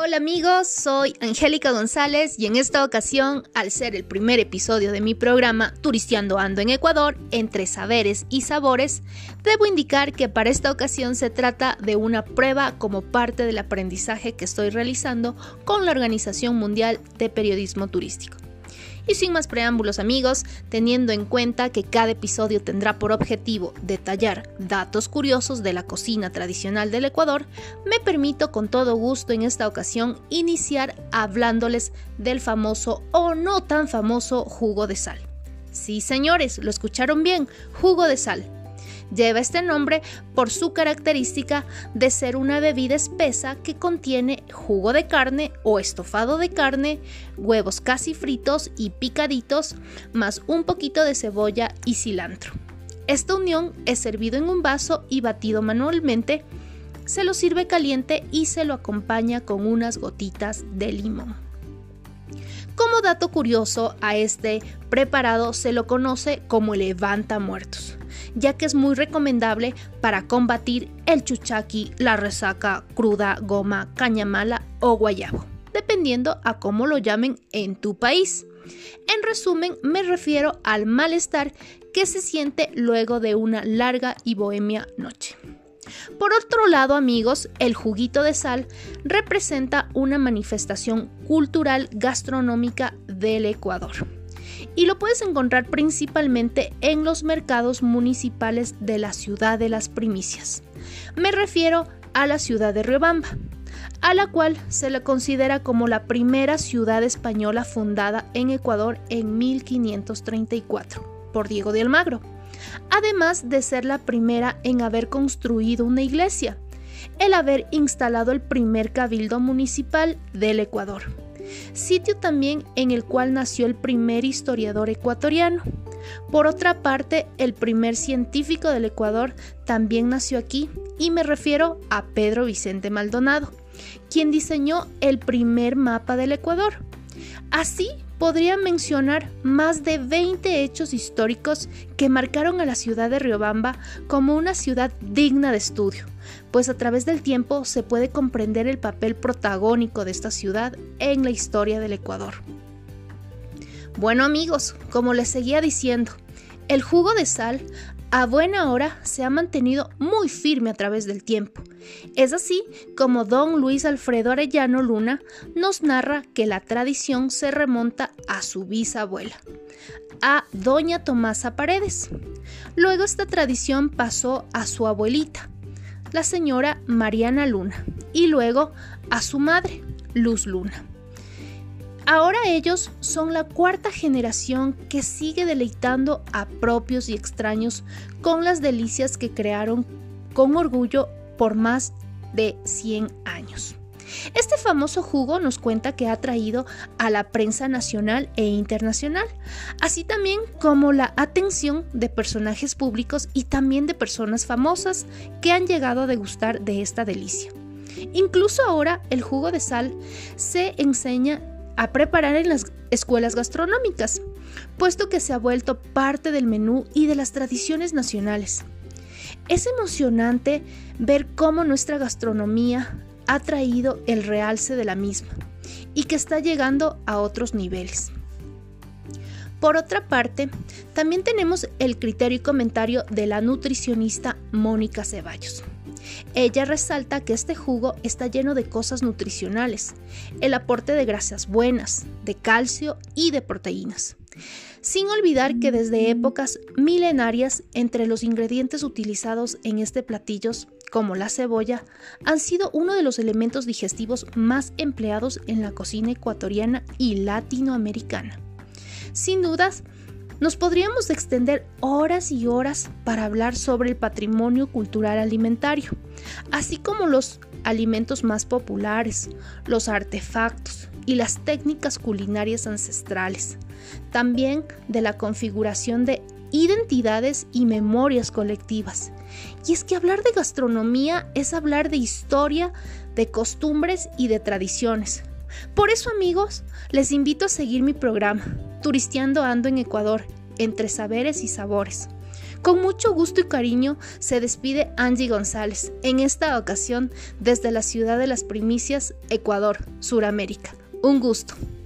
Hola amigos, soy Angélica González y en esta ocasión, al ser el primer episodio de mi programa Turisteando Ando en Ecuador, entre saberes y sabores, debo indicar que para esta ocasión se trata de una prueba como parte del aprendizaje que estoy realizando con la Organización Mundial de Periodismo Turístico. Y sin más preámbulos amigos, teniendo en cuenta que cada episodio tendrá por objetivo detallar datos curiosos de la cocina tradicional del Ecuador, me permito con todo gusto en esta ocasión iniciar hablándoles del famoso o no tan famoso jugo de sal. Sí señores, lo escucharon bien, jugo de sal. Lleva este nombre por su característica de ser una bebida espesa que contiene jugo de carne o estofado de carne, huevos casi fritos y picaditos, más un poquito de cebolla y cilantro. Esta unión es servido en un vaso y batido manualmente, se lo sirve caliente y se lo acompaña con unas gotitas de limón. Como dato curioso, a este preparado se lo conoce como el levantamuertos, ya que es muy recomendable para combatir el chuchaqui, la resaca, cruda, goma, caña mala o guayabo, dependiendo a cómo lo llamen en tu país. En resumen, me refiero al malestar que se siente luego de una larga y bohemia noche. Por otro lado, amigos, el juguito de sal representa una manifestación cultural gastronómica del Ecuador y lo puedes encontrar principalmente en los mercados municipales de la ciudad de las primicias. Me refiero a la ciudad de Riobamba, a la cual se le considera como la primera ciudad española fundada en Ecuador en 1534 por Diego de Almagro. Además de ser la primera en haber construido una iglesia, el haber instalado el primer cabildo municipal del Ecuador, sitio también en el cual nació el primer historiador ecuatoriano. Por otra parte, el primer científico del Ecuador también nació aquí y me refiero a Pedro Vicente Maldonado, quien diseñó el primer mapa del Ecuador. Así, podría mencionar más de 20 hechos históricos que marcaron a la ciudad de Riobamba como una ciudad digna de estudio, pues a través del tiempo se puede comprender el papel protagónico de esta ciudad en la historia del Ecuador. Bueno amigos, como les seguía diciendo, el jugo de sal a buena hora se ha mantenido muy firme a través del tiempo. Es así como don Luis Alfredo Arellano Luna nos narra que la tradición se remonta a su bisabuela, a doña Tomasa Paredes. Luego esta tradición pasó a su abuelita, la señora Mariana Luna, y luego a su madre, Luz Luna. Ahora ellos son la cuarta generación que sigue deleitando a propios y extraños con las delicias que crearon con orgullo por más de 100 años. Este famoso jugo nos cuenta que ha traído a la prensa nacional e internacional, así también como la atención de personajes públicos y también de personas famosas que han llegado a degustar de esta delicia. Incluso ahora el jugo de sal se enseña a preparar en las escuelas gastronómicas, puesto que se ha vuelto parte del menú y de las tradiciones nacionales. Es emocionante ver cómo nuestra gastronomía ha traído el realce de la misma y que está llegando a otros niveles. Por otra parte, también tenemos el criterio y comentario de la nutricionista Mónica Ceballos. Ella resalta que este jugo está lleno de cosas nutricionales, el aporte de grasas buenas, de calcio y de proteínas. Sin olvidar que desde épocas milenarias, entre los ingredientes utilizados en este platillo, como la cebolla, han sido uno de los elementos digestivos más empleados en la cocina ecuatoriana y latinoamericana. Sin dudas, nos podríamos extender horas y horas para hablar sobre el patrimonio cultural alimentario, así como los alimentos más populares, los artefactos y las técnicas culinarias ancestrales, también de la configuración de identidades y memorias colectivas. Y es que hablar de gastronomía es hablar de historia, de costumbres y de tradiciones. Por eso, amigos, les invito a seguir mi programa, Turisteando Ando en Ecuador, entre saberes y sabores, Con mucho gusto y cariño se despide Angie González, en esta ocasión desde la ciudad de las primicias, Ecuador, Suramérica. Un gusto.